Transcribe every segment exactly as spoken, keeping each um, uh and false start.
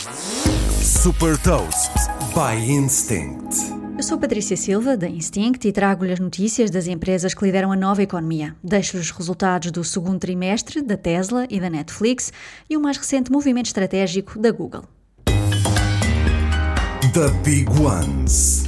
Super Toast by Instinct. Eu sou Patrícia Silva, da Instinct, e trago-lhe as notícias das empresas que lideram a nova economia. Deixo-lhe os resultados do segundo trimestre da Tesla e da Netflix e o mais recente movimento estratégico da Google. The Big Ones.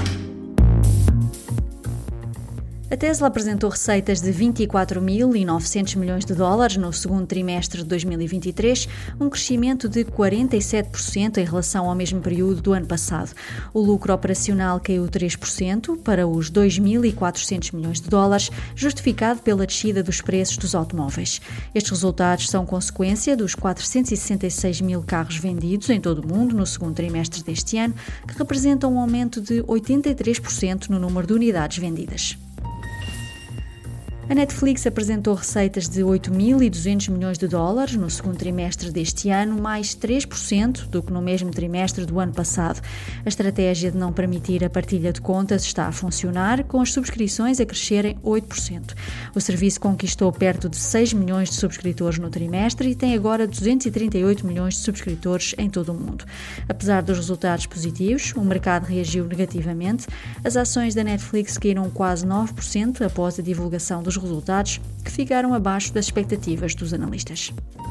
A Tesla apresentou receitas de vinte e quatro mil e novecentos milhões de dólares no segundo trimestre de dois mil e vinte e três, um crescimento de quarenta e sete por cento em relação ao mesmo período do ano passado. O lucro operacional caiu três por cento para os dois mil e quatrocentos milhões de dólares, justificado pela descida dos preços dos automóveis. Estes resultados são consequência dos quatrocentos e sessenta e seis mil carros vendidos em todo o mundo no segundo trimestre deste ano, que representam um aumento de oitenta e três por cento no número de unidades vendidas. A Netflix apresentou receitas de oito mil e duzentos milhões de dólares no segundo trimestre deste ano, mais três por cento do que no mesmo trimestre do ano passado. A estratégia de não permitir a partilha de contas está a funcionar, com as subscrições a crescerem oito por cento. O serviço conquistou perto de seis milhões de subscritores no trimestre e tem agora duzentos e trinta e oito milhões de subscritores em todo o mundo. Apesar dos resultados positivos, o mercado reagiu negativamente. As ações da Netflix caíram quase nove por cento após a divulgação dos resultados, que ficaram abaixo das expectativas dos analistas.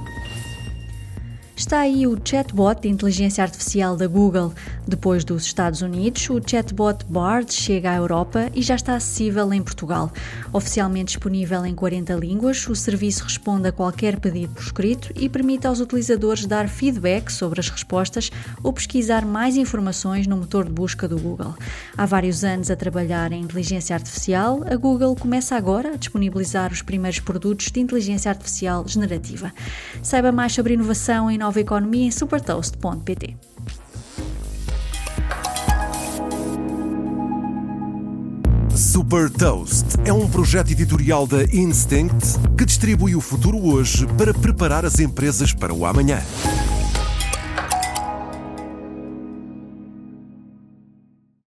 Está aí o chatbot de inteligência artificial da Google. Depois dos Estados Unidos, o chatbot Bard chega à Europa e já está acessível em Portugal. Oficialmente disponível em quarenta línguas, o serviço responde a qualquer pedido por escrito e permite aos utilizadores dar feedback sobre as respostas ou pesquisar mais informações no motor de busca do Google. Há vários anos a trabalhar em inteligência artificial, a Google começa agora a disponibilizar os primeiros produtos de inteligência artificial generativa. Saiba mais sobre inovação em nova economia em supertoast ponto pt. Super Toast é um projeto editorial da Instinct que distribui o futuro hoje para preparar as empresas para o amanhã.